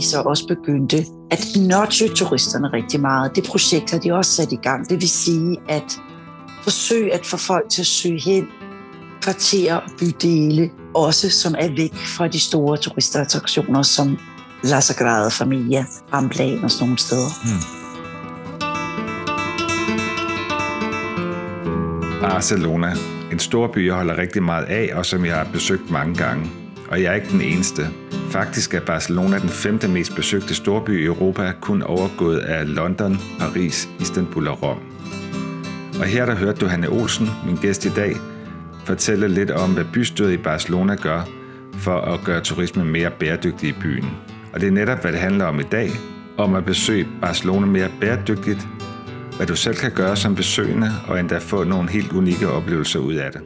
så også begyndte at nudge turisterne rigtig meget. Det projekt har de også sat i gang. Det vil sige at forsøge at få folk til at søge hen, kvarterer og bydele, også som er væk fra de store turistattraktioner, som La Sagrada Familia, Rambla og sådan nogle steder. Barcelona, en stor by, jeg holder rigtig meget af, og som jeg har besøgt mange gange. Og jeg er ikke den eneste. Faktisk er Barcelona den 5. mest besøgte storby i Europa, kun overgået af London, Paris, Istanbul og Rom. Og her der hørte du Hanne Olsen, min gæst i dag, fortælle lidt om, hvad bystyret i Barcelona gør for at gøre turisme mere bæredygtig i byen. Og det er netop, hvad det handler om i dag, om at besøge Barcelona mere bæredygtigt, hvad du selv kan gøre som besøgende, og endda få nogle helt unikke oplevelser ud af det.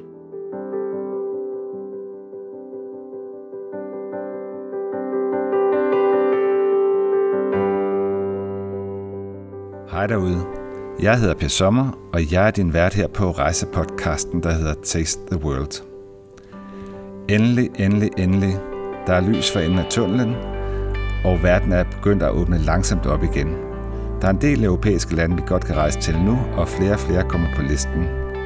Hej derude. Jeg hedder Per Sommer, og jeg er din vært her på rejsepodcasten, der hedder Taste the World. Endelig. Der er lys for enden af tunnelen, og verden er begyndt at åbne langsomt op igen. Der er en del europæiske lande, vi godt kan rejse til nu, og flere kommer på listen.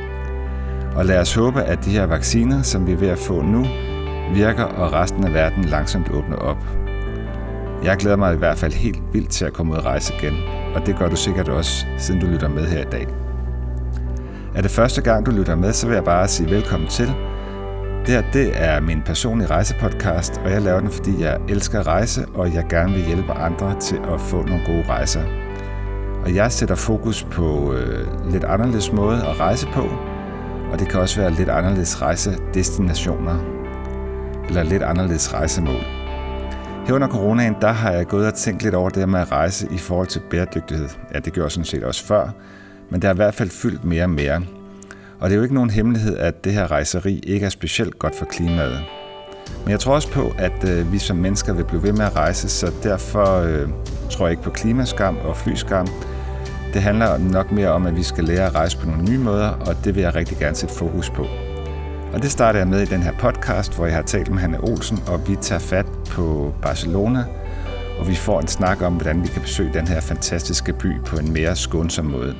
Og lad os håbe, at de her vacciner, som vi er ved at få nu, virker, og resten af verden langsomt åbner op. Jeg glæder mig i hvert fald helt vildt til at komme ud og rejse igen, og det gør du sikkert også, siden du lytter med her i dag. Er det første gang, du lytter med, så vil jeg bare sige velkommen til. Det er min personlige rejsepodcast, og jeg laver den, fordi jeg elsker at rejse, og jeg gerne vil hjælpe andre til at få nogle gode rejser. Og jeg sætter fokus på lidt anderledes måde at rejse på, og det kan også være lidt anderledes rejsedestinationer, eller lidt anderledes rejsemål. Her under coronaen, der har jeg gået og tænkt lidt over det med at rejse i forhold til bæredygtighed. Ja, det gjorde jeg sådan set også før, men det har i hvert fald fyldt mere og mere. Og det er jo ikke nogen hemmelighed, at det her rejseri ikke er specielt godt for klimaet. Men jeg tror også på, at vi som mennesker vil blive ved med at rejse, så derfor tror jeg ikke på klimaskam og flyskam. Det handler nok mere om, at vi skal lære at rejse på nogle nye måder, og det vil jeg rigtig gerne sætte fokus på. Og det starter jeg med i den her podcast, hvor jeg har talt med Hanne Olsen, og vi tager fat på Barcelona, og vi får en snak om, hvordan vi kan besøge den her fantastiske by på en mere skånsom måde.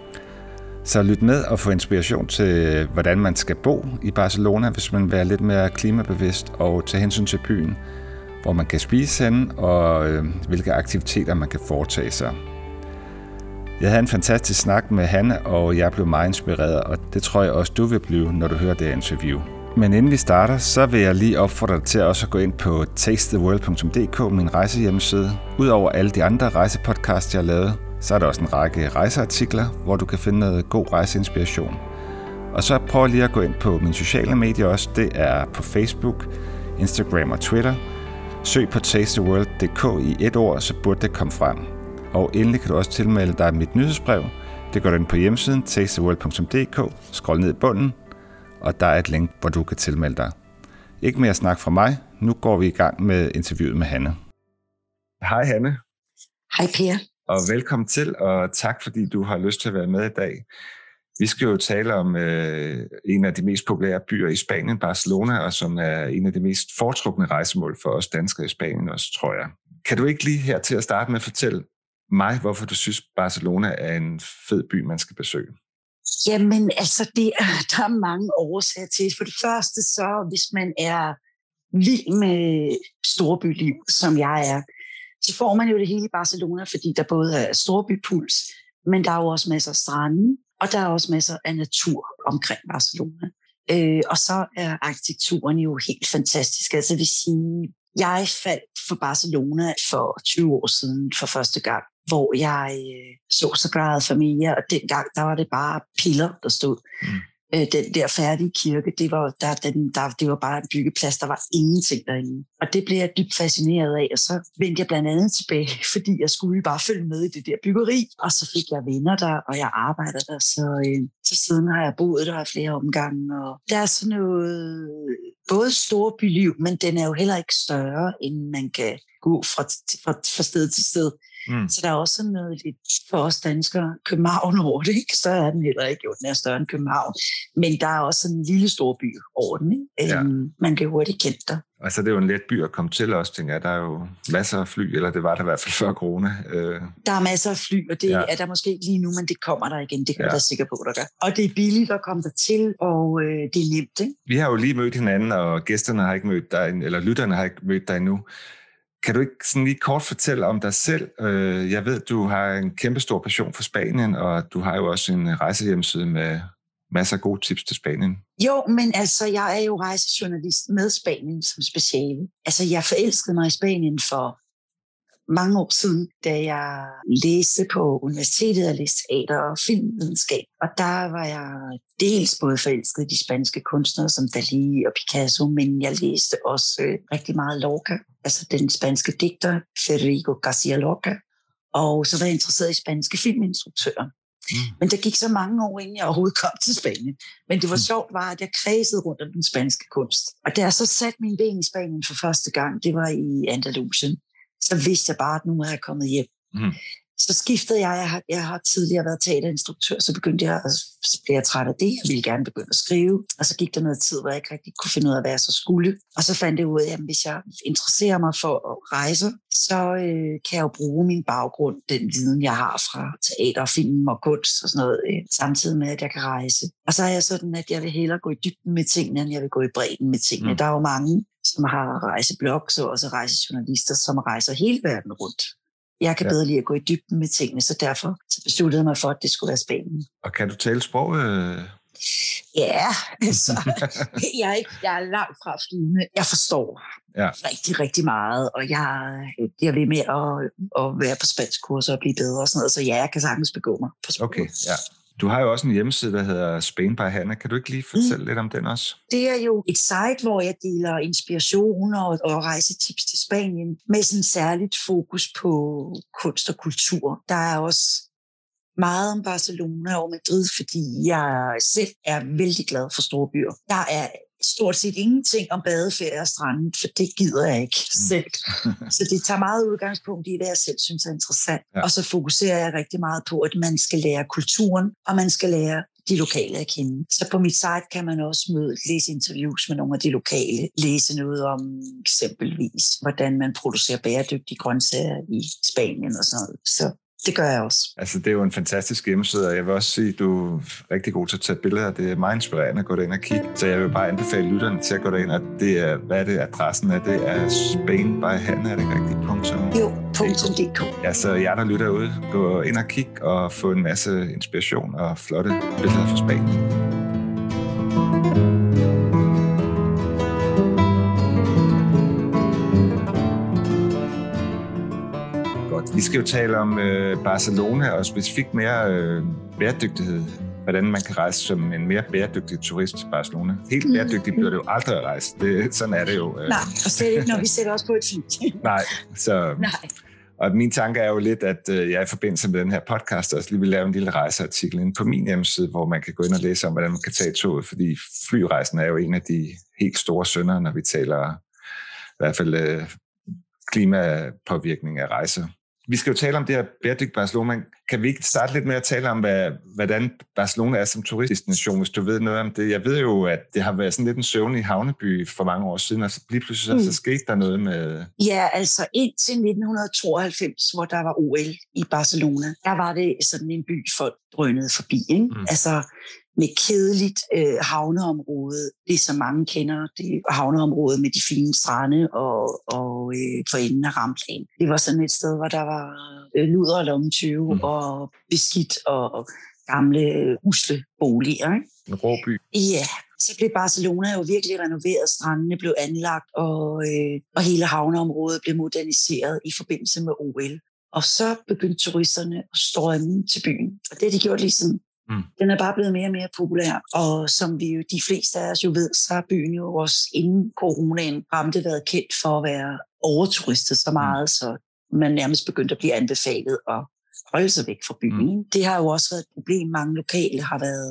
Så lyt med og få inspiration til, hvordan man skal bo i Barcelona, hvis man vil være lidt mere klimabevidst og tage hensyn til byen, hvor man kan spise hen, og hvilke aktiviteter man kan foretage sig. Jeg havde en fantastisk snak med Hanne, og jeg blev meget inspireret, og det tror jeg også, du vil blive, når du hører det her interview. Men inden vi starter, så vil jeg lige opfordre dig til også at gå ind på tastetheworld.dk, min rejsehjemmeside. Udover alle de andre rejsepodcasts, jeg har lavet, så er der også en række rejseartikler, hvor du kan finde noget god rejseinspiration. Og så prøv lige at gå ind på mine sociale medier også. Det er på Facebook, Instagram og Twitter. Søg på tastetheworld.dk i et ord, så burde det komme frem. Og endelig kan du også tilmelde dig mit nyhedsbrev. Det går du ind på hjemmesiden tastetheworld.dk, scroll ned i bunden, og der er et link, hvor du kan tilmelde dig. Ikke mere snak fra mig. Nu går vi i gang med interviewet med Hanne. Hej Hanne. Hej Per. Og velkommen til, og tak fordi du har lyst til at være med i dag. Vi skal jo tale om en af de mest populære byer i Spanien, Barcelona, og som er en af de mest foretrukne rejsemål for os danskere i Spanien også, tror jeg. Kan du ikke lige her til at starte med at fortælle mig, hvorfor du synes, Barcelona er en fed by, man skal besøge? Jamen, altså, der er mange årsager til. For det første, så hvis man er vild med storbyliv, som jeg er, så får man jo det hele i Barcelona, fordi der både er storbypuls, men der er jo også masser af strande, og der er også masser af natur omkring Barcelona. Og så er arkitekturen jo helt fantastisk. Altså, jeg vil sige, jeg faldt for Barcelona for 20 år siden for første gang, hvor jeg så Sagrada Familia, og dengang, der var det bare piller, der stod. Den der færdige kirke, det var bare en byggeplads, der var ingenting derinde. Og det blev jeg dybt fascineret af, og så vendte jeg blandt andet tilbage, fordi jeg skulle bare følge med i det der byggeri. Og så fik jeg venner der, og jeg arbejder der, så siden har jeg boet der i flere omgange. Og der er sådan noget, både storbyliv, men den er jo heller ikke større, end man kan gå fra sted til sted. Så der er også noget lidt for os danskere. København over det, ikke? Så er den heller ikke. Jo, den er større end København. Men der er også en lille stor by over den, ikke? Ja. Man kan hurtigt kende der. Altså, det er jo en let by at komme til også, tænker jeg. Der er jo masser af fly, eller det var der i hvert fald før corona. Der er masser af fly, og det er der måske ikke lige nu, men det kommer der igen. Det kan jeg være sikker på, der gør. Og det er billigt at komme der til, og det er nemt, ikke? Vi har jo lige mødt hinanden, og gæsterne har ikke mødt dig, eller lytterne har ikke mødt dig endnu. Kan du ikke sådan lige kort fortælle om dig selv? Jeg ved, du har en kæmpestor passion for Spanien, og du har jo også en rejsehjemmeside med masser af gode tips til Spanien. Jo, men altså, jeg er jo rejsejournalist med Spanien som speciale. Altså, jeg forelskede mig i Spanien for mange år siden, da jeg læste på universitetet og læste teater og filmvidenskab. Og der var jeg dels både forelsket i de spanske kunstnere som Dalí og Picasso, men jeg læste også rigtig meget Lorca, altså den spanske digter Federico García Lorca. Og så var jeg interesseret i spanske filminstruktører. Men der gik så mange år, inden jeg overhovedet kom til Spanien. Men det var sjovt, var, at jeg kredsede rundt om den spanske kunst. Og da jeg så satte mine ben i Spanien for første gang, det var i Andalusien, så vidste jeg bare, at nu er jeg kommet hjem. Så skiftede jeg har tidligere været teaterinstruktør, så blev jeg træt af det, jeg ville gerne begynde at skrive. Og så gik der noget tid, hvor jeg ikke rigtig kunne finde ud af, hvad jeg så skulle. Og så fandt jeg ud af, at hvis jeg interesserer mig for at rejse, så kan jeg jo bruge min baggrund, den viden, jeg har fra teater, film og kunst og sådan noget, samtidig med, at jeg kan rejse. Og så er jeg sådan, at jeg vil hellere gå i dybden med tingene, end jeg vil gå i bredden med tingene. Der er jo mange, som har rejseblogs og også rejsejournalister, som rejser hele verden rundt. Jeg kan bedre lide at gå i dybden med tingene, så derfor så besluttede jeg mig for, at det skulle være Spanien. Og kan du tale sproget? Ja, altså, jeg er langt fra flydende. Jeg forstår rigtig, rigtig meget, og jeg vil med at være på spanskkurser og blive bedre og sådan noget, så jeg kan sagtens begå mig på sproget. Okay, ja. Du har jo også en hjemmeside, der hedder Spain by Hannah. Kan du ikke lige fortælle lidt om den også? Det er jo et site, hvor jeg deler inspiration og rejsetips til Spanien med sådan særligt fokus på kunst og kultur. Der er også meget om Barcelona og Madrid, fordi jeg selv er vældig glad for store byer. Der er stort set ingenting om badeferie og stranden, for det gider jeg ikke selv. Så det tager meget udgangspunkt i, hvad jeg selv synes er interessant. Ja. Og så fokuserer jeg rigtig meget på, at man skal lære kulturen, og man skal lære de lokale at kende. Så på mit site kan man også læse interviews med nogle af de lokale, læse noget om eksempelvis, hvordan man producerer bæredygtige grøntsager i Spanien og sådan noget. Så det gør jeg også. Altså, det er jo en fantastisk hjemmeside, og jeg vil også sige, at du er rigtig god til at tage billeder. Det er meget inspirerende at gå derind og kigge. Så jeg vil bare anbefale lytterne til at gå derind, og det er, hvad er det, adressen er? Det er Spain by Hannah, er det ikke rigtigt? .dk. Ja, så jer, der lytter ude, gå ind og kig og få en masse inspiration og flotte billeder fra Spanien. Vi skal jo tale om Barcelona og specifikt mere bæredygtighed. Hvordan man kan rejse som en mere bæredygtig turist til Barcelona. Helt bæredygtigt bliver det jo aldrig at rejse. Sådan er det jo. Nej, og slet ikke, når vi sætter os på et fly. Nej. Og min tanke er jo lidt, at jeg i forbindelse med den her podcast også lige vil lave en lille rejseartikel inde på min hjemmeside, hvor man kan gå ind og læse om, hvordan man kan tage toget, fordi flyrejsen er jo en af de helt store synder, når vi taler i hvert fald klimapåvirkning af rejser. Vi skal jo tale om det her bæredygtige Barcelona. Kan vi ikke starte lidt med at tale om, hvordan Barcelona er som turistdestination, hvis du ved noget om det? Jeg ved jo, at det har været sådan lidt en søvnig havneby for mange år siden, og så lige pludselig så skete der noget med... Ja, altså indtil 1992, hvor der var OL i Barcelona, der var det sådan en by, folk drønede forbi, ikke? Altså med kedeligt havneområde, det som mange kender, det havneområde med de fine strande og for enden af Ramplan. Det var sådan et sted, hvor der var luder og lommetyve og beskidt og gamle usle boliger. Ikke? En rå by. Ja, så blev Barcelona jo virkelig renoveret, strandene blev anlagt, og hele havneområdet blev moderniseret i forbindelse med OL. Og så begyndte turisterne at strømme til byen, og det har de gjort lige siden. Den er bare blevet mere og mere populær, og som vi jo, de fleste af os jo ved, så er byen jo også inden coronaen ramte været kendt for at være overturistet så meget, så man nærmest begyndte at blive anbefalet at holde sig væk fra byen. Det har jo også været et problem. Mange lokale har været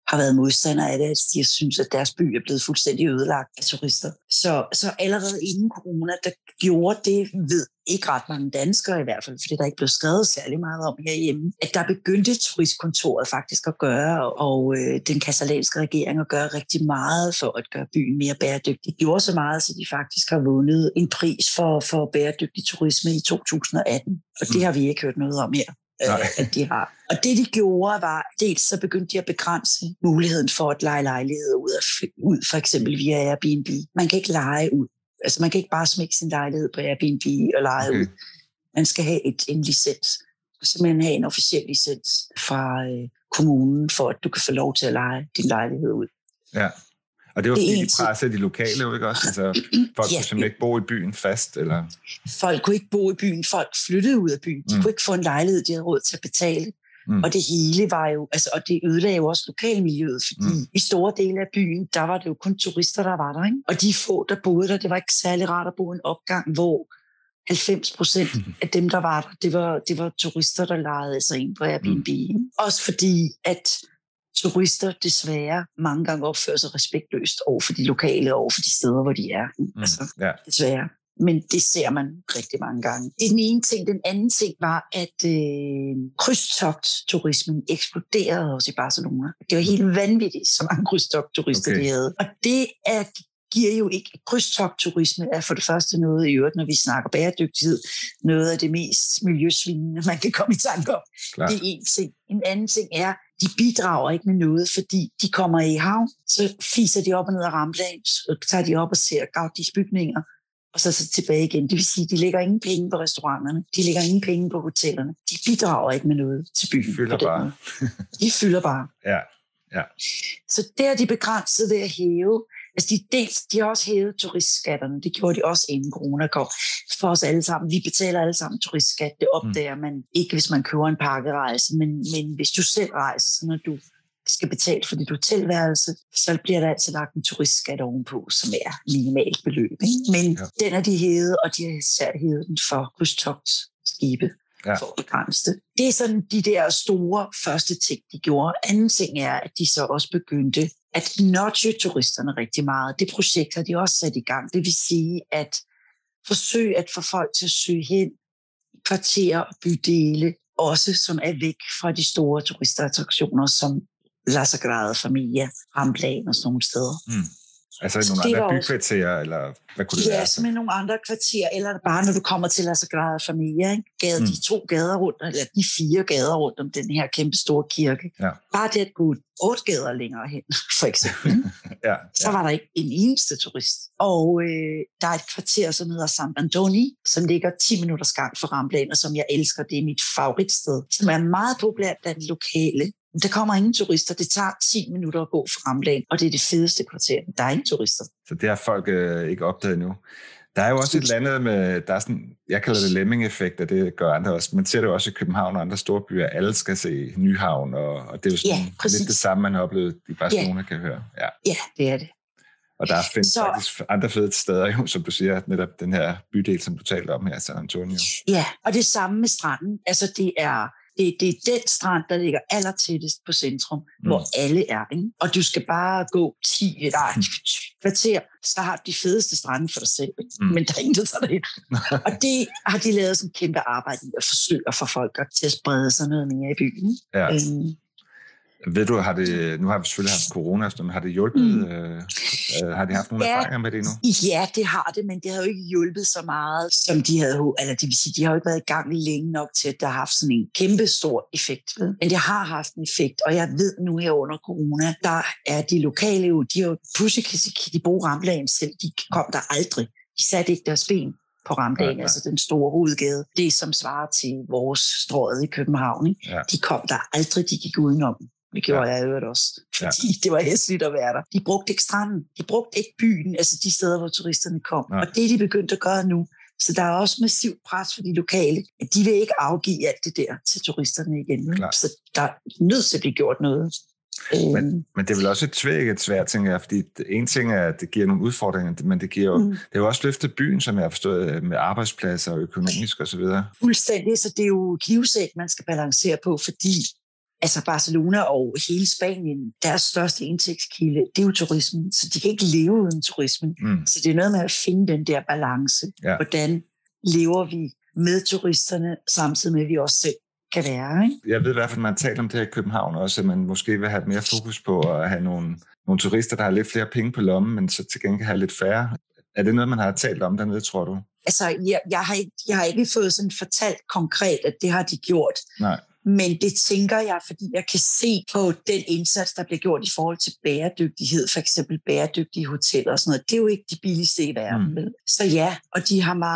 har været modstandere af det, at de synes, at deres by er blevet fuldstændig ødelagt af turister. Så allerede inden corona, der gjorde det, ved ikke ret mange danskere i hvert fald, fordi der ikke blev skrevet særlig meget om herhjemme, at der begyndte turistkontoret faktisk at gøre, og den katalanske regering at gøre rigtig meget for at gøre byen mere bæredygtig. De gjorde så meget, så de faktisk har vundet en pris for bæredygtig turisme i 2018, og det har vi ikke hørt noget om her. At de har. Og det, de gjorde, var, dels så begyndte de at begrænse muligheden for at leje lejligheder ud for eksempel via Airbnb. Man kan ikke leje ud. Altså, man kan ikke bare smække sin lejlighed på Airbnb og leje ud. Man skal have en licens. Og simpelthen have en officiel licens fra kommunen, for at du kan få lov til at leje din lejlighed ud. Ja. Og det var fordi, de pressede de lokale jo, ikke også? Altså, folk kunne simpelthen ikke bo i byen fast, eller? Folk kunne ikke bo i byen. Folk flyttede ud af byen. De kunne ikke få en lejlighed, de havde råd til at betale. Og det hele var jo, altså, og det ødelagde jo også lokalmiljøet, fordi i store dele af byen, der var det jo kun turister, der var der, ikke? Og de få, der boede der, det var ikke særlig rart at bo i en opgang, hvor 90% af dem, der var der, det var turister, der lejede sig ind på Airbnb. Også fordi, at turister desværre mange gange opfører sig respektløst over for de lokale og over for de steder, hvor de er. Desværre. Men det ser man rigtig mange gange. Det er den ene ting. Den anden ting var, at krydstogt-turismen eksploderede også i Barcelona. Det var helt vanvittigt, så mange krydstogt-turister de havde. Og det giver jo ikke... Krydstogt-turisme er for det første noget i øvrigt, når vi snakker bæredygtighed, noget af det mest miljøsvinende, man kan komme i tanke om. Klar. Det er en ting. En anden ting er, de bidrager ikke med noget, fordi de kommer i havn, så fiser de op og ned af Rambla, så tager de op og ser Gaudís bygninger, og så tilbage igen. Det vil sige, de lægger ingen penge på restauranterne, de lægger ingen penge på hotellerne. De bidrager ikke med noget til byen. De fylder bare. De fylder bare. Ja. Så der er de begrænset ved at hæve. Altså de har også hævet turistskatterne. Det gjorde de også inden corona kom. For os alle sammen. Vi betaler alle sammen turistskat. Det opdager man ikke, hvis man køber en pakkerejse. Men hvis du selv rejser, så når du skal betale for dit hotelværelse, så bliver der altid lagt en turistskat ovenpå, som er minimalt beløb. Ikke? Men den er de hævet, og de har især hævet den for krydstogtskibe. For at begrænse det. Det er sådan de der store første ting, de gjorde. Anden ting er, at de så også begyndte at nudge turisterne rigtig meget. Det projekt har de også sat i gang. Det vil sige at forsøge at få folk til at søge hen i kvarterer og bydele, også som er væk fra de store turistattraktioner, som La Sagrada Familia, Rambla og sådan nogle steder. Altså nogle andre bykvarterer, eller hvad kunne det være? Ja, simpelthen nogle andre kvarterer, eller bare når du kommer til La Sagrada Familia, ikke? De 2 gader rundt, eller de 4 gader rundt om den her kæmpe store kirke. Ja. Bare det at gå 8 gader længere hen, for eksempel. Så var der ikke en eneste turist. Og der er et kvarter, som hedder Sant Antoni, som ligger 10 minutters gang fra Rambla, og som jeg elsker. Det er mit favoritsted, som er meget populært blandt lokale. Der kommer ingen turister. Det tager 10 minutter at gå fra Rambla, og det er det fedeste kvarter. Der er ingen turister. Så det har folk ikke opdaget nu. Der er jo også et eller andet med, der er sådan, jeg kalder det lemming-effekt, og det gør andre også. Man ser det jo også i København og andre store byer. Alle skal se Nyhavn, og det er jo sådan lidt det samme, man har oplevet i Barcelona, kan jeg høre. Ja, det er det. Og der findes faktisk andre fede steder, jo, som du siger, netop den her bydel, som du talte om her, San Antonio. Ja, og det samme med stranden. Altså det er den strand, der ligger allertættest på centrum, hvor alle er. Ikke? Og du skal bare gå 10 kvarter, så har de fedeste strande for dig selv. Men der er ingen, der tager det. Og det har de lavet sådan en kæmpe arbejde i at forsøge at få folk til at sprede sig noget mere i byen. Ja. Ved du, nu har vi selvfølgelig haft corona, men har det hjulpet? Har de haft nogle erfaringer med det nu? Ja, det har det, men det har jo ikke hjulpet så meget, som de havde, eller det vil sige, de har jo ikke været i gang længe nok til, at der har haft sådan en kæmpe stor effekt. Men det har haft en effekt, og jeg ved nu her under corona, der er de lokale jo, de har jo pludselig kan de bruge Ramblaen selv, de kom der aldrig. De satte ikke deres ben på Ramblaen, altså den store hovedgade. Det, som svarer til vores strøget i København. Ikke? Ja. De kom der aldrig, de gik udenom. Det gjorde jeg jo også, fordi det var hæsligt at være der. De brugte ikke stranden, de brugte ikke byen, altså de steder, hvor turisterne kom. Og det er de begyndt at gøre nu. Så der er også massivt pres for de lokale, at de vil ikke afgive alt det der til turisterne igen. Så der er nødt til at blive gjort noget. Men det er vel også et svært ting, fordi en ting er, at det giver nogle udfordringer, men det giver jo, det er jo også løftet byen, som jeg har forstået, med arbejdspladser og økonomisk osv. Fuldstændig, så det er jo knivsæt, man skal balancere på, fordi Altså Barcelona og hele Spanien, deres største indtægtskilde, det er jo turismen, så de kan ikke leve uden turismen. Så det er noget med at finde den der balance. Ja. Hvordan lever vi med turisterne, samtidig med, at vi også selv kan være. Ikke? Jeg ved i hvert fald, at man taler om det her i København også, at man måske vil have mere fokus på at have nogle turister, der har lidt flere penge på lommen, men så til gengæld have lidt færre. Er det noget, man har talt om dernede, tror du? Altså, jeg har ikke fået sådan fortalt konkret, at det har de gjort. Nej. Men det tænker jeg, fordi jeg kan se på den indsats, der bliver gjort i forhold til bæredygtighed, for eksempel bæredygtige hoteller og sådan noget. Det er jo ikke de billigste i verden. Så ja, og de har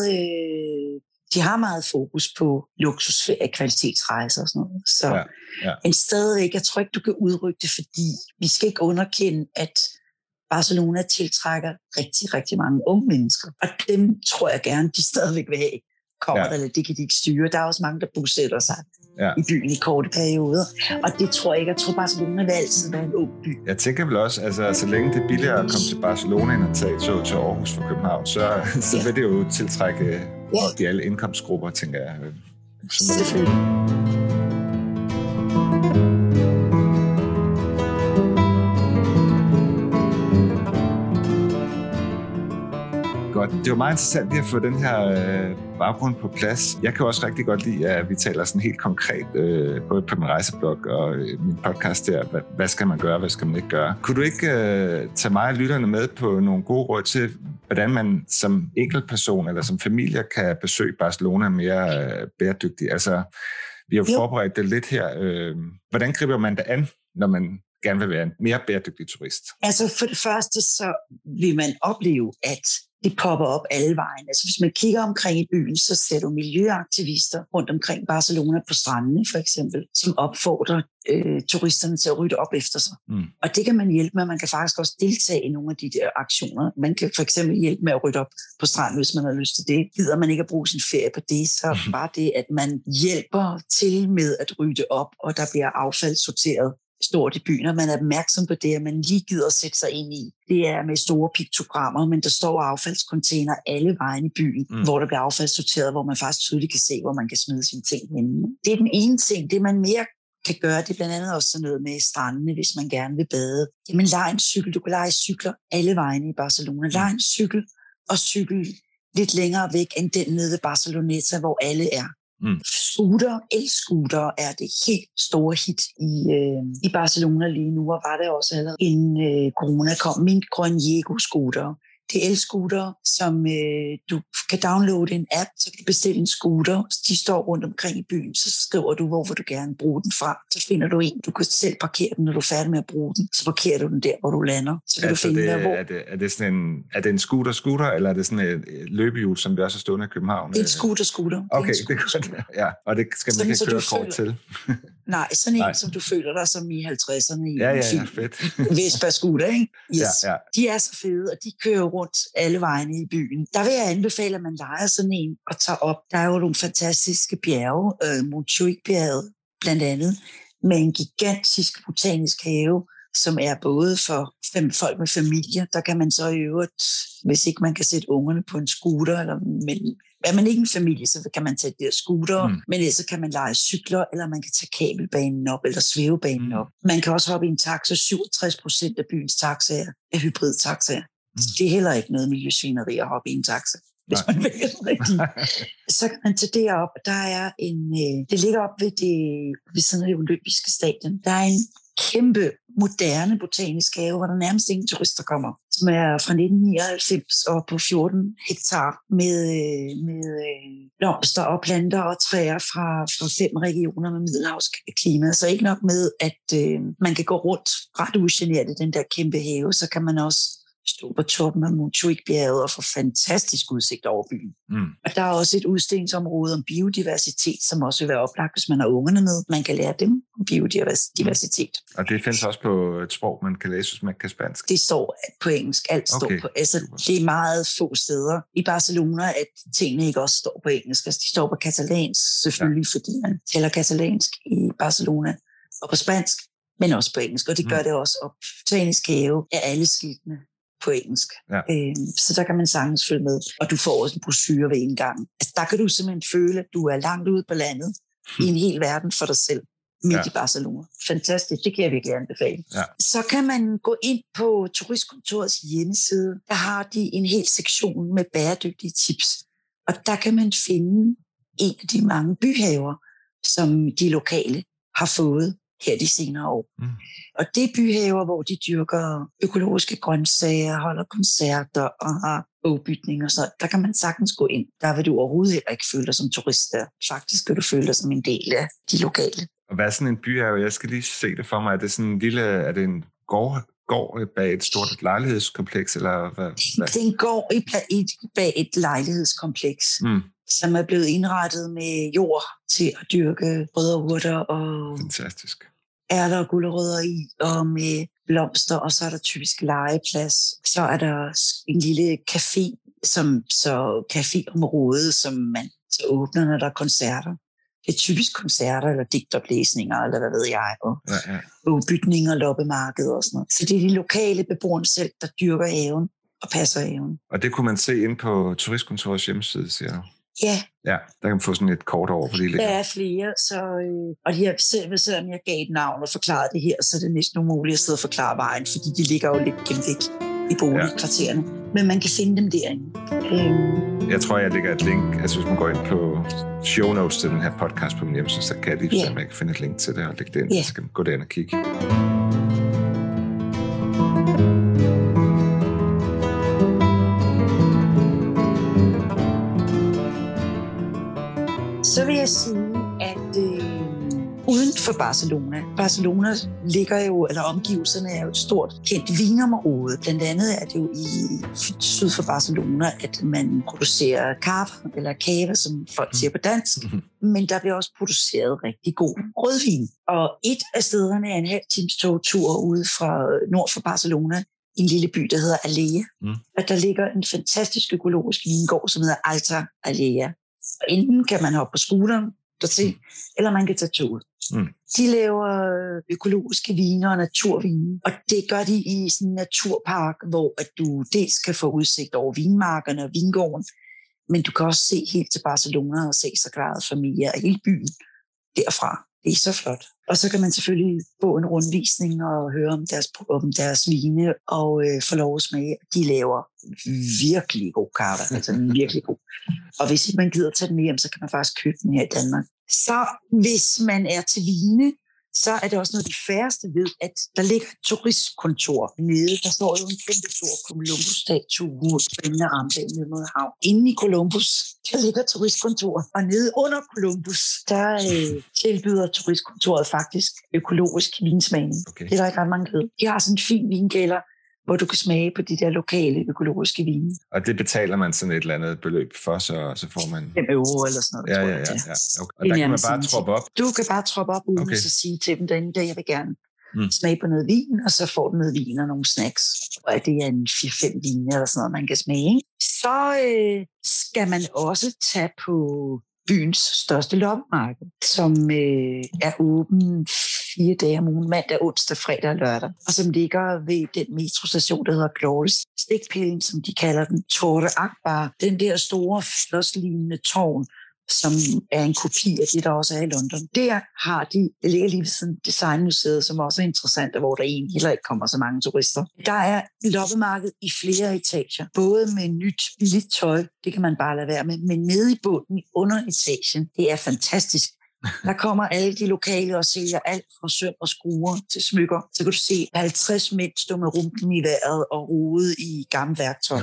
meget fokus på luksusferie, kvalitetsrejser og sådan noget. Så men stadigvæk, jeg tror ikke, du kan udrykke det, fordi vi skal ikke underkende, at Barcelona tiltrækker rigtig, rigtig mange unge mennesker. Og dem tror jeg gerne, de stadigvæk vil have. Kommer der, det kan de ikke styre. Der er også mange, der bosætter sig i byen i korte perioder. Og det tror jeg ikke. Jeg tror, Barcelona vil altid være en ung by. Jeg tænker vel også, altså så længe det er billigere at komme til Barcelona end at tage tog til Aarhus fra København, så vil det jo tiltrække de alle indkomstgrupper, tænker jeg. Selvfølgelig. Godt. Det var meget interessant lige at få den her baggrund på plads. Jeg kan også rigtig godt lide, at vi taler sådan helt konkret, både på min rejseblog og min podcast der, hvad skal man gøre, hvad skal man ikke gøre. Kunne du ikke tage mig og lytterne med på nogle gode råd til, hvordan man som enkeltperson eller som familie kan besøge Barcelona mere bæredygtigt? Altså, vi har forberedt det lidt her. Hvordan griber man det an, når man gerne vil være en mere bæredygtig turist? Altså for det første, så vil man opleve, at det popper op alle vejen. Altså hvis man kigger omkring i byen, så ser du miljøaktivister rundt omkring Barcelona på strandene for eksempel, som opfordrer turisterne til at rydde op efter sig. Og det kan man hjælpe med. Man kan faktisk også deltage i nogle af de der aktioner. Man kan for eksempel hjælpe med at rydde op på stranden, hvis man har lyst til det. Gider man ikke at bruge sin ferie på det, så bare det, at man hjælper til med at rydde op, og der bliver affald sorteret stort i byen, og man er opmærksom på det, at man lige gider at sætte sig ind i. Det er med store piktogrammer, men der står affaldscontainer alle vejen i byen, hvor der bliver affaldssorteret, hvor man faktisk tydeligt kan se, hvor man kan smide sine ting hen. Det er den ene ting. Det man mere kan gøre, det er blandt andet også sådan noget med strandene, hvis man gerne vil bade. Jamen lej en cykel. Du kan leje cykler alle vejen i Barcelona. Lej en cykel og cykel lidt længere væk end den nede i Barceloneta, hvor alle er. El-scooter er det helt store hit i Barcelona lige nu, og var det også allerede inden corona kom. Min grøn Jego-scooter. Det er el-scooter, som du kan downloade en app, så kan du bestille en scooter. De står rundt omkring i byen, så skriver du, hvor vil du gerne bruge den fra. Så finder du en. Du kan selv parkere den, når du er færdig med at bruge den. Så parkerer du den der, hvor du lander. Så kan altså du finde hvor... Er det en scooter, eller er det sådan et løbehjul, som vi også har stående i København? En scooter. Okay, det er godt. Ja, og det skal man ikke køre kort til. Nej, sådan en, som du føler dig som i 50'erne i en film. Fedt. Vespa-scooter, ikke? Yes. Ja. De er så fede, og de kører rundt alle vegne i byen. Der vil jeg anbefale, at man lejer sådan en og tager op. Der er jo nogle fantastiske bjerge, Montjuic-bjerget blandt andet, med en gigantisk botanisk have, som er både for folk med familier. Der kan man så i øvrigt, hvis ikke man kan sætte ungerne på en scooter, eller er man ikke en familie, så kan man tage de der scooter, men ellers så kan man leje cykler, eller man kan tage kabelbanen op, eller svævebanen op. Man kan også hoppe i en taxa. 67% af byens taxaer er hybridtaxaer. Det er heller ikke noget miljøsvineri at hoppe i en taxa, hvis man vælger det rigtigt. Så kan man tage det op. Der er det ligger op ved sådan det olympiske stadion. Der er en kæmpe, moderne botanisk have, hvor der nærmest ingen turister kommer, som er fra 1999 og på 14 hektar med blomster og planter og træer fra 5 regioner med middelhavsklima. Så ikke nok med, at man kan gå rundt ret ugeneret i den der kæmpe have, så kan man også stå på toppen af Montjuic-bjerget og få fantastisk udsigt over byen. Og der er også et udstillingsområde om biodiversitet, som også vil være oplagt, hvis man har ungerne med. Man kan lære dem om biodiversitet. Og det findes også på et sprog, man kan læse, hvis man kan spansk? Det står på engelsk. Alt står på. Altså, det er meget få steder i Barcelona, at tingene ikke også står på engelsk. Altså, de står på katalansk, selvfølgelig, fordi man taler katalansk i Barcelona, og på spansk, men også på engelsk. Og det gør det også. Og botanisk have er alle skiltene på engelsk. Ja. Så der kan man sagtens følge med. Og du får også en brochure ved en gang. Altså, der kan du simpelthen føle, at du er langt ude på landet i en hel verden for dig selv. midt i Barcelona. Fantastisk, det kan jeg virkelig anbefale. Ja. Så kan man gå ind på turistkontorets hjemmeside. Der har de en hel sektion med bæredygtige tips. Og der kan man finde en af de mange byhaver, som de lokale har fået her de senere år. Og det er byhaver, hvor de dyrker økologiske grøntsager, holder koncerter og har bogbytninger. Så der kan man sagtens gå ind. Der vil du overhovedet heller ikke føle dig som turist der. Faktisk skal du føle dig som en del af de lokale. Og hvad er sådan en byhave? Jeg skal lige se det for mig. Er det sådan en lille, er det en gård bag et stort lejlighedskompleks? Eller hvad? Det er en gård bag et lejlighedskompleks, som er blevet indrettet med jord til at dyrke rødder og urter og fantastisk. Ærter og gulerødder i, og med blomster, og så er der typisk legeplads. Så er der en lille café, caféområde, som man så åbner, når der er koncerter. Det er typisk koncerter, eller digtoplæsninger, eller hvad ved jeg, og bogbytninger, loppemarkeder og sådan noget. Så det er de lokale beboere selv, der dyrker haven og passer haven. Og det kunne man se inde på turistkontorets hjemmeside, siger du? Ja. Ja, der kan man få sådan et kort over på det. Der er flere, og de har selvom jeg gav et navn og forklarede det her, så er det næsten umuligt at sidde og forklare vejen, fordi de ligger jo lidt gemt væk i boligkvartererne. Men man kan finde dem derinde. Jeg tror, jeg lægger et link, altså hvis man går ind på show notes til den her podcast på min hjemmeside, så kan de, så man kan finde et link til det og lægge det ind, så skal man gå derind og kigge. Så vil jeg sige, at uden for Barcelona ligger jo, eller omgivelserne er jo et stort kendt vinområde. Blandt andet er det jo syd for Barcelona, at man producerer cava, som folk siger på dansk. Men der bliver også produceret rigtig god rødvin. Og et af stederne er en halv times togtur ude fra nord for Barcelona, i en lille by, der hedder Alella. Og der ligger en fantastisk økologisk vingård, som hedder Alta Alella. Og enten kan man hoppe på scooteren dertil, eller man kan tage toget. De laver økologiske viner og naturvine, og det gør de i sådan en naturpark, hvor at du dels kan få udsigt over vinmarkerne og vingården, men du kan også se helt til Barcelona og se Sagrada Familia og hele byen derfra. Det er så flot. Og så kan man selvfølgelig få en rundvisning og høre om deres vine og få lov at smage. De laver virkelig god kaffe, altså virkelig god. Og hvis ikke man gider at tage den med hjem, så kan man faktisk købe den her i Danmark. Så hvis man er til vine, så er det også noget, de færreste ved, at der ligger et turistkontor nede. Der står jo en kæmpe stor Columbus-statue spændende rampdag nede mod hav. Inde i Columbus, der ligger turistkontoret. Og nede under Columbus, der tilbyder turistkontoret faktisk økologisk vinsmagning. Okay. Det er der ikke ret mange ved. De har sådan en fin vingælder, hvor du kan smage på de der lokale økologiske vine. Og det betaler man sådan et eller andet beløb for, så får man... 5 euro eller sådan noget, tror jeg. Ja. Okay. Og der kan man bare troppe op? Du kan bare troppe op uden at sige til dem derinde, der jeg vil gerne smage på noget vin, og så får du noget vin og nogle snacks. Og det er en 4-5 vine eller sådan noget, man kan smage. Så skal man også tage på byens største loppemarked, som er åben 4 dage om ugen, mandag, onsdag, fredag og lørdag, og som ligger ved den metrostation, der hedder Glorious. Stikpillen, som de kalder den, Torre Akbar, den der store flodslignende tårn, som er en kopi af det, der også er i London. Der har de, det ligger lige ved sådan designmuseet, som også er interessant, hvor der egentlig heller ikke kommer så mange turister. Der er loppemarked i flere etager, både med nyt, billigt tøj, det kan man bare lade være med, men nede i bunden, under etagen, det er fantastisk. Der kommer alle de lokale og sælger alt fra søm og skruer til smykker. Så kan du se 50 mænd stå med rumpen i vejret og rode i gammelt værktøj.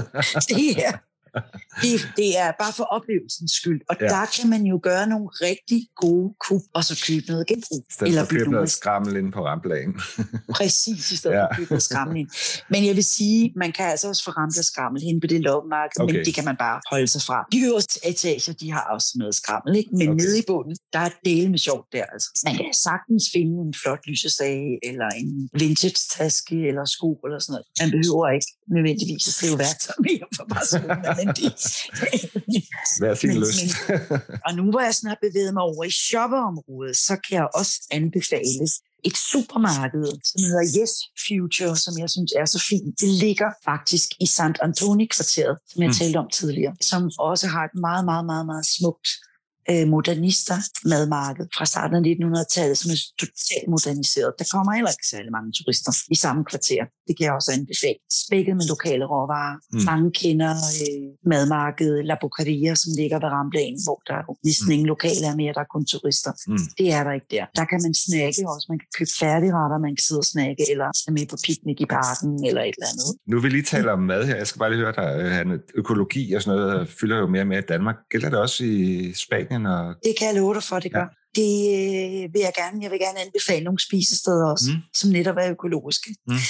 Det er bare for oplevelsens skyld. Og der kan man jo gøre nogle rigtig gode kup, og så købe noget genbrug. Eller købe noget skrammel inde på ramplagen. Præcis, i stedet for at købe noget skrammel ind. Men jeg vil sige, man kan altså også få ramt af skrammel hen på det loppemarked, men det kan man bare holde sig fra. De øverste etager, de har også noget skrammel, ikke? Men nede i bunden, der er dele med sjovt der. Altså. Man kan sagtens finde en flot lysesage, eller en vintage-taske, eller sko, eller sådan noget. Man behøver ikke nødvendigvis at skrive værktøj mere for Barcelona. Vær sin lyst. Og nu hvor jeg sådan har bevæget mig over i shopperområdet, så kan jeg også anbefale et supermarked, som hedder Yes Future, som jeg synes er så fint. Det ligger faktisk i Sant Antoni-kvarteret, som jeg talte om tidligere, som også har et meget, meget, meget, meget smukt modernister madmarked fra starten af 1900-tallet, som er totalt moderniseret. Der kommer heller ikke særlig mange turister i samme kvarter. Det kan jeg også anbefale. Spækket med lokale råvarer. Mange kender madmarkedet La Boqueria, som ligger ved Ramplanen, hvor der næsten ingen lokale er mere, der er kun turister. Det er der ikke der. Der kan man snakke også. Man kan købe færdigretter, man kan sidde og snakke, eller er med på piknik i parken, eller et eller andet. Nu vil vi lige tale om mad her. Jeg skal bare lige høre dig. Økologi og sådan noget fylder jo mere og mere i Danmark. Gælder det også i Spanien? Og... Det kan jeg love dig for, det gør. Det vil jeg gerne. Jeg vil gerne anbefale nogle spisesteder også, som netop er økologiske.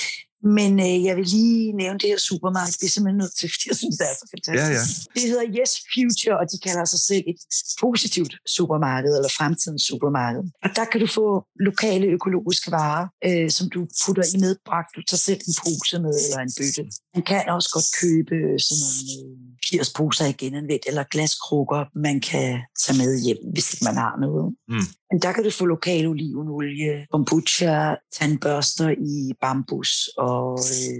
Men jeg vil lige nævne det her supermarked. Det er simpelthen nødt til, fordi jeg synes, det er så fantastisk. Ja. Det hedder Yes Future, og de kalder sig selv et positivt supermarked, eller fremtidens supermarked. Og der kan du få lokale økologiske varer, som du putter i medbragt. Du tager selv en pose med, eller en bøtte. Man kan også godt købe sådan nogle 80 poser igen anvendt, eller glaskrukker, man kan tage med hjem, hvis ikke man har noget. Men der kan du få lokal olivenolie, kombucha, tandbørster i bambus og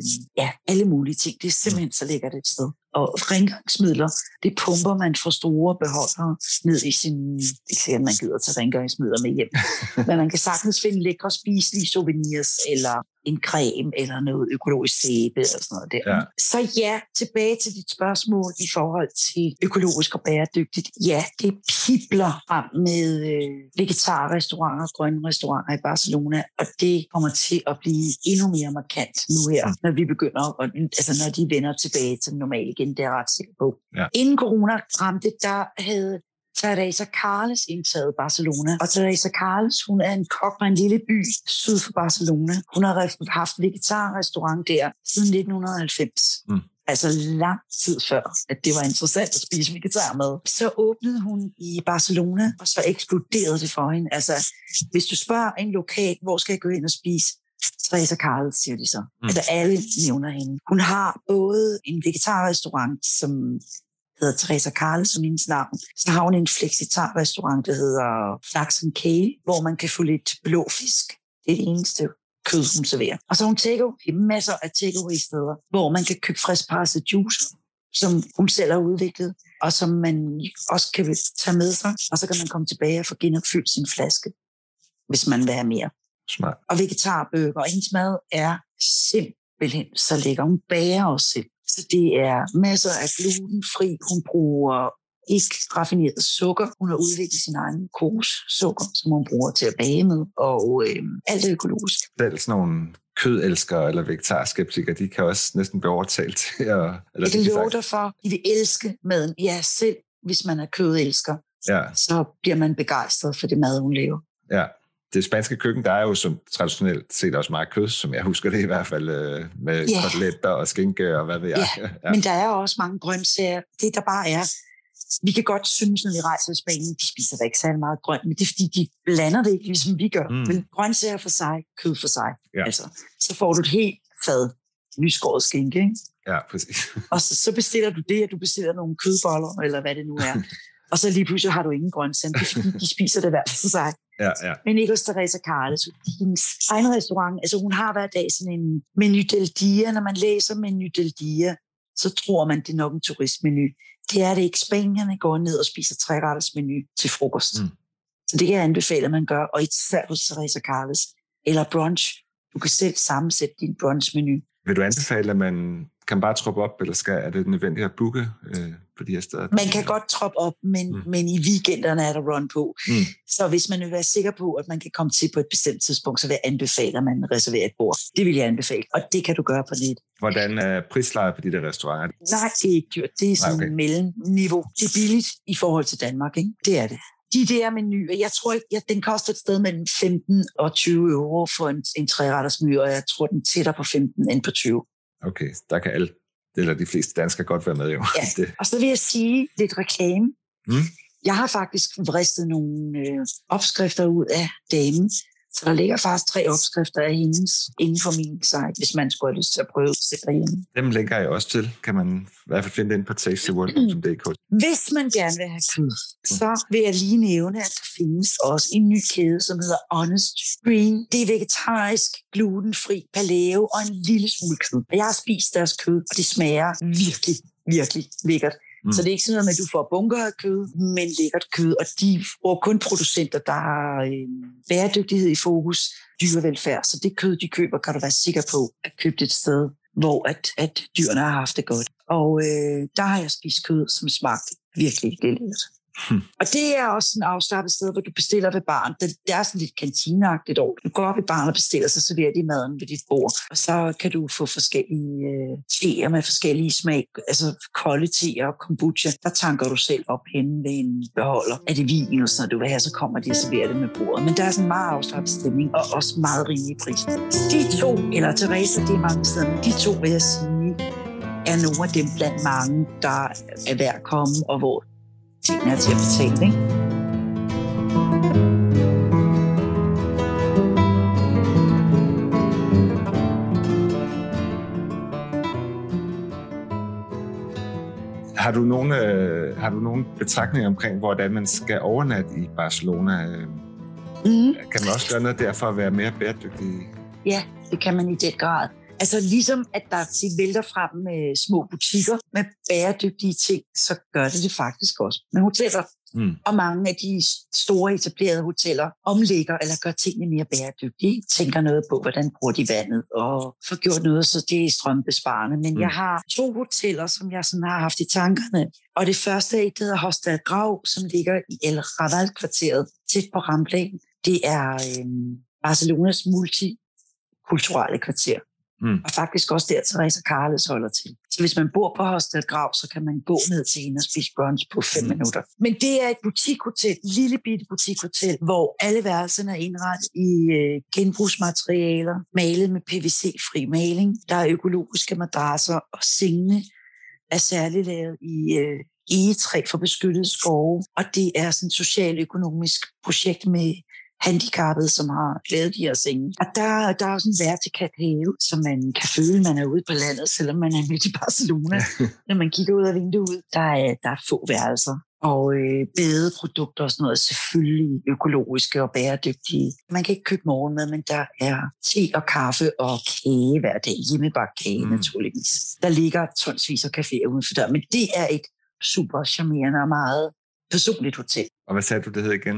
alle mulige ting. Det er simpelthen så lækkert et sted. Og rengøringsmidler, det pumper man fra store beholdere ned i sin... Det er sikkert, man gider tage rengøringsmidler med hjem. Men man kan sagtens finde lækre spiselige souvenirs, eller en creme, eller noget økologisk sæbe, eller sådan noget der. Ja. Så ja, tilbage til dit spørgsmål i forhold til økologisk og bæredygtigt. Ja, det pibler frem med vegetarrestauranter og grønne restauranter i Barcelona, og det kommer til at blive endnu mere markant nu her, når vi begynder, når de vender tilbage til normal igen. Det er ret sikker på. Ja. Inden corona ramte, der havde Teresa Carles indtaget Barcelona. Og Teresa Carles, hun er en kok fra en lille by syd for Barcelona. Hun har haft vegetarrestaurant der siden 1990. Altså lang tid før, at det var interessant at spise vegetarmad. Så åbnede hun i Barcelona, og så eksploderede det for hende. Altså, hvis du spørger en lokal, hvor skal jeg gå ind og spise? Teresa Carles, siger de så. Altså alle nævner hende. Hun har både en vegetarrestaurant, som hedder Teresa Carles, som hendes navn. Så har hun en flexitar-restaurant, der hedder Flax & Kale, hvor man kan få lidt blå fisk. Det er det eneste kød, hun serverer. Og så har hun masser af takeaway-steder, hvor man kan købe friskpresset juice, som hun selv har udviklet, og som man også kan tage med sig, og så kan man komme tilbage og få genopfyldt sin flaske, hvis man vil have mere. Smart. Og vegetarbøger, og hendes mad er simpelthen så lækker. Hun bager også selv. Så det er masser af glutenfri. Hun bruger ikke raffineret sukker. Hun har udviklet sin egen kokossukker, som hun bruger til at bage med. Og alt er økologisk. Selv sådan nogle kødelskere eller vegetarskeptikere, de kan også næsten blive overtalt til at... Jeg kan love dig for, de vil elske maden. Ja, selv hvis man er kødelsker, så bliver man begejstret for det mad, hun laver. Ja. Det spanske køkken, der er jo som traditionelt set også meget kød, som jeg husker det i hvert fald, med koteletter og skinke og hvad ved jeg. Ja, men der er også mange grøntsager. Det der bare er, vi kan godt synes, når vi rejser i Spanien, de spiser da ikke særlig meget grønt, men det er fordi, de blander det ikke, ligesom vi gør. Men grøntsager for sig, kød for sig. Ja. Altså, så får du et helt fad nyskåret skinke, ikke? Ja, præcis. Og så bestiller du det, at du bestiller nogle kødboller, eller hvad det nu er. Og så lige pludselig har du ingen grøntsager, fordi de spiser det hver for sig. Ja. Men ikke hos Teresa Carles. Hendes egen restaurant, altså hun har hver dag sådan en menu del dia. Når man læser menu del dia, så tror man, det er nok en turistmenu. Det er det ikke. Spanierne går ned og spiser 3-retters menu til frokost. Så det kan jeg anbefale, at man gør. Og især hos Teresa Carles. Eller brunch. Du kan selv sammensætte din brunchmenu. Vil du anbefale, at man kan bare troppe op, eller er det nødvendigt at booke på de her steder? Man kan godt troppe op, men i weekenderne er der run på. Så hvis man vil være sikker på, at man kan komme til på et bestemt tidspunkt, så vil jeg anbefale, at man reserverer et bord. Det vil jeg anbefale, og det kan du gøre på net. Hvordan er prislejet på de der restauranter? Nej, det er ikke dyrt. Det er sådan et mellemniveau. Det er billigt i forhold til Danmark, ikke? Det er det. De der menuer, jeg tror ikke, den koster et sted mellem 15 og 20 euro for en 3-retters menu, og jeg tror, den tætter på 15 end på 20. Okay, der kan alle, eller de fleste danskere godt være med, jo. Ja, og så vil jeg sige lidt reklame. Jeg har faktisk vristet nogle opskrifter ud af damen, så der ligger faktisk 3 opskrifter af hendes inden for min site, hvis man skulle have lyst til at prøve at sætte derhjemme. Dem linker jeg også til. Kan man i hvert fald finde det inde på tastyworld.dk. Hvis man gerne vil have kød, så vil jeg lige nævne, at der findes også en ny kæde, som hedder Honest Green. Det er vegetarisk, glutenfri, paleo og en lille smule kød. Jeg har spist deres kød, og det smager virkelig, virkelig lækkert. Så det er ikke sådan noget med, at du får bunker af kød, men lækkert kød. Og de bruger kun producenter, der har bæredygtighed i fokus, dyrevelfærd. Så det kød, de køber, kan du være sikker på at købe det et sted, hvor at dyrene har haft det godt. Og der har jeg spist kød, som smagte virkelig lækkert. Og det er også en afslappet sted, hvor du bestiller ved baren. Det er sådan lidt kantineagtigt over. Du går op i baren og bestiller, så serverer de maden ved dit bord. Og så kan du få forskellige teer med forskellige smag, altså kolde teer og kombucha. Der tanker du selv op henne ved en beholder. Er det vin eller sådan noget, du vil have, så kommer de og serverer det med bordet. Men der er sådan en meget afslappet stemning, og også meget rimelig pris. De to, eller Teresa, det er mange steder, de to, vil jeg sige, er nogle af dem blandt mange, der er værd at komme, og hvor tingene er til at betale, ikke? Har du nogle betragtninger omkring, hvordan man skal overnatte i Barcelona? Kan man også gøre noget der for at være mere bæredygtig? Ja, det kan man i den grad. Altså ligesom at der vælter frem med små butikker med bæredygtige ting, så gør det faktisk også med hoteller. Og mange af de store etablerede hoteller omlægger eller gør tingene mere bæredygtige. Tænker noget på, hvordan bruger de vandet og får gjort noget, så det er strømbesparende. Men jeg har 2 hoteller, som jeg sådan har haft i tankerne. Og det første er et, der hedder Hostal Grau, som ligger i El Raval-kvarteret tæt på Rambla. Det er Barcelonas multikulturelle kvarter. Og faktisk også der, Teresa Carles holder til. Så hvis man bor på Hostel Grau, så kan man gå ned til hende og spise brunch på 5 minutter. Men det er et butikhotel, lille bitte butikhotel, hvor alle værelserne er indrettet i genbrugsmaterialer, malet med PVC-fri maling. Der er økologiske madrasser, og sengene er særligt lavet i egetræ for beskyttede skove. Og det er sådan et socialøkonomisk projekt med handicappede, som har lavet de her senge. Og der er også en vertikal have, så man kan føle, man er ude på landet, selvom man er midt i Barcelona. Når man kigger ud af vinduet, der er få værelser. Og badeprodukter og sådan noget, selvfølgelig økologiske og bæredygtige. Man kan ikke købe morgenmad, men der er te og kaffe og kage hver dag. Hjemmebagt kage, naturligvis. Der ligger tonsvis af caféer uden for døren, men det er et super charmerende og meget personligt hotel. Og hvad sagde du, det hed igen?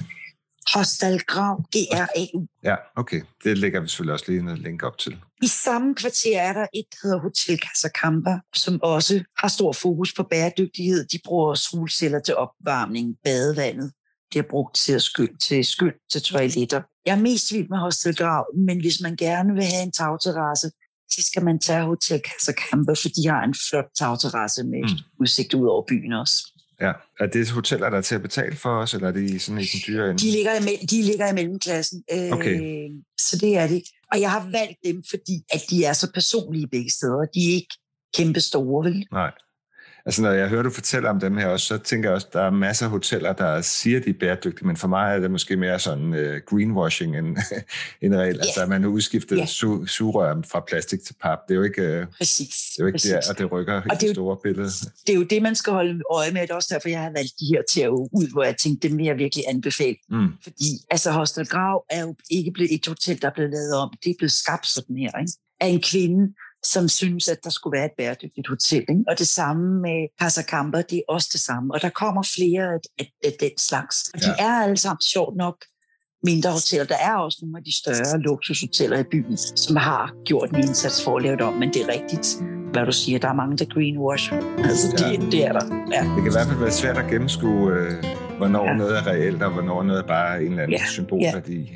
Hostal Grau, GRAU. Ja, okay. Det lægger vi selvfølgelig også lige noget link op til. I samme kvarter er der et, der hedder Hotel Casacampa, som også har stor fokus på bæredygtighed. De bruger solceller til opvarmning, badevandet. Det er brugt til at skyld til toiletter. Jeg er mest vild med Hostal Grau, men hvis man gerne vil have en tagterrasse, så skal man tage Hotel Casacampa, for de har en flot tagterrasse med udsigt ud over byen også. Ja. Er det hoteller, der er til at betale for os, eller er det sådan i den dyre ende? De ligger i mellemklassen. Okay. Så det er det. Og jeg har valgt dem, fordi at de er så personlige begge steder. De er ikke kæmpe store, vel? Nej. Altså, når jeg hører, du fortæller om dem her også, så tænker jeg også, at der er masser af hoteller, der siger, de er bæredygtige, men for mig er det måske mere sådan greenwashing end reelt. Altså, at man har udskiftet sugerør fra plastik til pap. Det er jo ikke, præcis. Det er jo ikke der, og det rykker i det store billede. Det er jo det, man skal holde øje med. Det er også derfor, jeg har valgt de her til at ud, hvor jeg tænkte, dem vil jeg virkelig anbefale. Fordi altså, Hostel Grau er jo ikke blevet et hotel, der er blevet lavet om. Det er blevet skabt sådan her, ikke? Af en kvinde, som synes, at der skulle være et bæredygtigt hotel. Ikke? Og det samme med Casacampa, det er også det samme. Og der kommer flere af den slags. Og de er alle sammen sjovt nok mindre hoteller. Der er også nogle af de større luksushoteller i byen, som har gjort en indsats for at lave det om. Men det er rigtigt, hvad du siger. Der er mange, der greenwash. Altså, det er der. Ja. Det kan i hvert fald være svært at gennemskue, hvornår noget er reelt, og hvornår noget er bare en eller anden symbolværdi.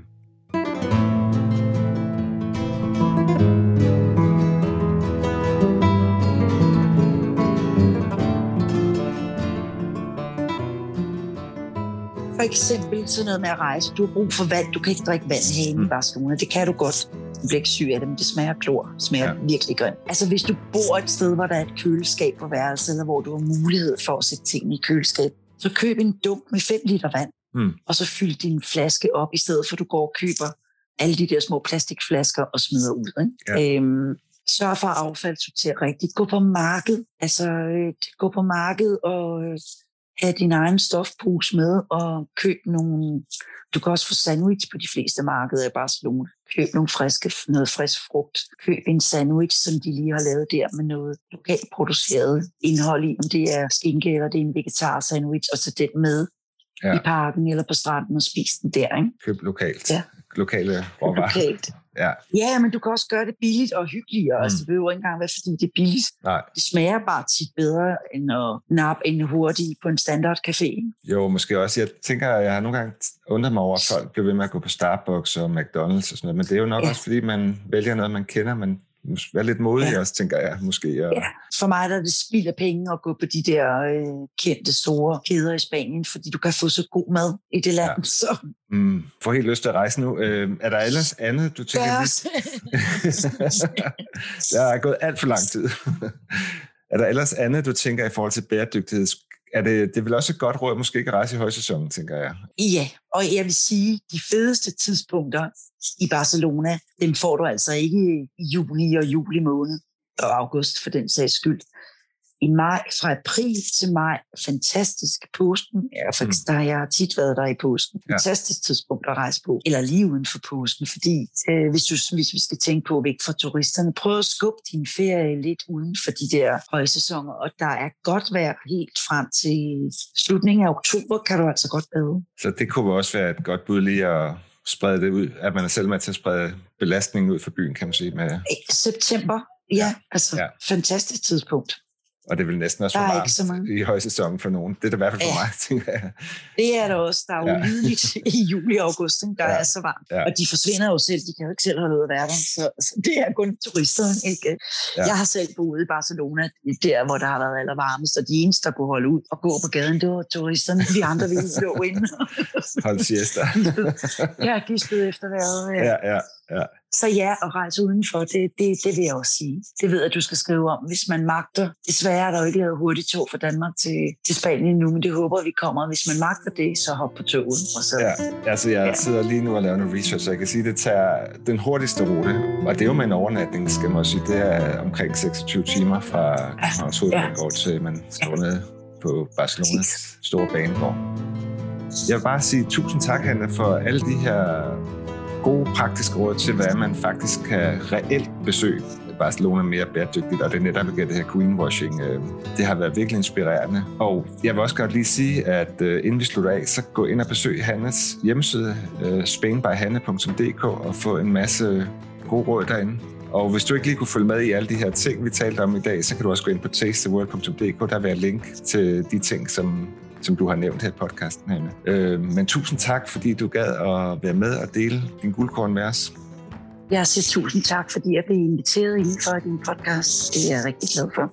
For eksempel sådan noget med at rejse. Du har brug for vand. Du kan ikke drikke vand herinde i Barcelona. Det kan du godt. Du bliver ikke syg af det, men det smager klor. Det smager virkelig godt. Altså hvis du bor et sted, hvor der er et køleskab på værelset, eller hvor du har mulighed for at sætte ting i køleskab, så køb en dunk med 5 liter vand, og så fyld din flaske op, i stedet for at du går og køber alle de der små plastikflasker og smider ud. Ikke? Ja. Sørg for at affaldssortere rigtigt. Gå på marked. Altså gå på marked og have din egen stofpose med og køb nogle... Du kan også få sandwich på de fleste markeder i Barcelona. Køb noget frisk frugt. Køb en sandwich, som de lige har lavet der med noget lokalt produceret indhold i. Om det er skinke eller det er en vegetar sandwich, og så den med i parken eller på stranden og spise den der. Ikke? Køb lokalt. Ja. Lokale råvarer. Lokalt. Ja, men du kan også gøre det billigt og hyggeligere. Altså, det behøver ikke engang være, fordi det er billigt. Nej. Det smager bare tit bedre, end at nappe en hurtig på en standardcafé. Jo, måske også. Jeg tænker, jeg har nogle gange undret mig over, at folk bliver ved med at gå på Starbucks og McDonald's og sådan noget. Men det er jo nok også, fordi man vælger noget, man kender, men være lidt modig også, tænker jeg måske. Ja. For mig der er det spild af penge at gå på de der kendte store kæder i Spanien, fordi du kan få så god mad i det land. Så. Får helt lyst til at rejse nu. Er der ellers andet, du tænker? Der er gået alt for lang tid. Er der ellers andet, du tænker i forhold til bæredygtighed? Det er vel også et godt råd, måske ikke at rejse i højsæsonen, tænker jeg. Ja, og jeg vil sige, de fedeste tidspunkter i Barcelona, dem får du altså ikke i juni og juli måned, og august for den sags skyld. I maj, fra april til maj, fantastisk påsken. Der har jeg tit været der i påsken. Fantastisk tidspunkt at rejse på. Eller lige uden for påsken, fordi hvis vi skal tænke på væk fra turisterne, prøv at skubbe din ferie lidt uden for de der højsæsoner, og der er godt vejr helt frem til slutningen af oktober, kan du altså godt bade. Så det kunne også være et godt bud lige at sprede det ud, at man er selv med til at sprede belastningen ud for byen, kan man sige. Med september, fantastisk tidspunkt. Og det vil næsten også være varmt i højsæsonen for nogen. Det er det i hvert fald for mig, tænker jeg. Det er der også. Der er ulideligt i juli og august, der er så varmt. Ja. Og de forsvinder jo selv. De kan jo ikke selv holde ud at være der. Så det er kun turisterne, ikke? Ja. Jeg har selv boet i Barcelona, der hvor der har været allervarmest. Og de eneste, der kunne holde ud og gå på gaden, det var turisterne. Vi andre ville stå inde. Hold siesta. Ja, gispede efter vejret. Ja. Så ja, at rejse udenfor, det vil jeg også sige. Det ved jeg, du skal skrive om, hvis man magter. Desværre er der jo ikke lavet hurtigt tog fra Danmark til Spanien nu, men det håber vi kommer. Hvis man magter det, så hop på toget. Og så, jeg sidder lige nu og laver noget research, så jeg kan sige, at det tager den hurtigste rute. Og det er jo med en overnatning, skal man sige. Det er omkring 26 timer fra Københavns Hovedbanegård til man står nede på Barcelonas store banegård. Jeg vil bare sige tusind tak, Hanne, for alle de her gode praktiske råd til, hvad man faktisk kan reelt besøge Barcelona mere bæredygtigt, og det er netop det her greenwashing. Det har været virkelig inspirerende. Og jeg vil også godt lige sige, at inden vi slutter af, så gå ind og besøg Hannes hjemmeside, spainbyhanne.dk, og få en masse gode råd derinde. Og hvis du ikke lige kunne følge med i alle de her ting, vi talte om i dag, så kan du også gå ind på tastetheworld.dk. Der vil jeg link til de ting, som du har nævnt her i podcasten, Hanne. Men tusind tak, fordi du gad at være med og dele din guldkorn med os. Jeg siger tusind tak, fordi jeg blev inviteret indenfor din podcast. Det er jeg rigtig glad for.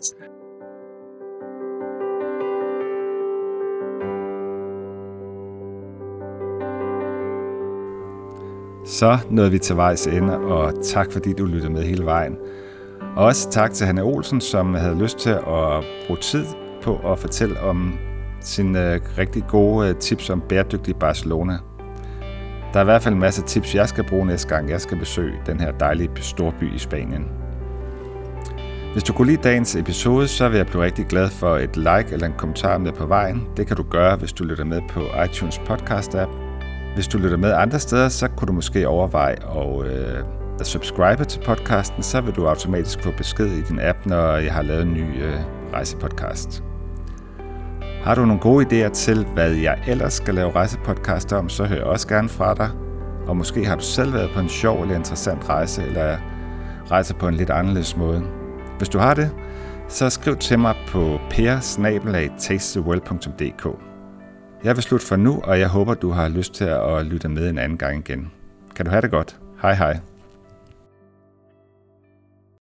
Så nåede vi til vejs ende, og tak fordi du lyttede med hele vejen. Og også tak til Hanne Olsen, som havde lyst til at bruge tid på at fortælle om sine rigtig gode tips om bæredygtig Barcelona. Der er i hvert fald en masse tips, jeg skal bruge næste gang, jeg skal besøge den her dejlige storby i Spanien. Hvis du kunne lide dagens episode, så vil jeg blive rigtig glad for et like eller en kommentar med på vejen. Det kan du gøre, hvis du lytter med på iTunes podcast-app. Hvis du lytter med andre steder, så kunne du måske overveje at subscribe til podcasten, så vil du automatisk få besked i din app, når jeg har lavet en ny rejsepodcast. Har du nogle gode idéer til, hvad jeg ellers skal lave rejsepodcast om, så hører jeg også gerne fra dig. Og måske har du selv været på en sjov eller interessant rejse, eller rejse på en lidt anderledes måde. Hvis du har det, så skriv til mig på per@tastetheworld.dk. Jeg vil slutte for nu, og jeg håber, du har lyst til at lytte med en anden gang igen. Kan du have det godt? Hej hej.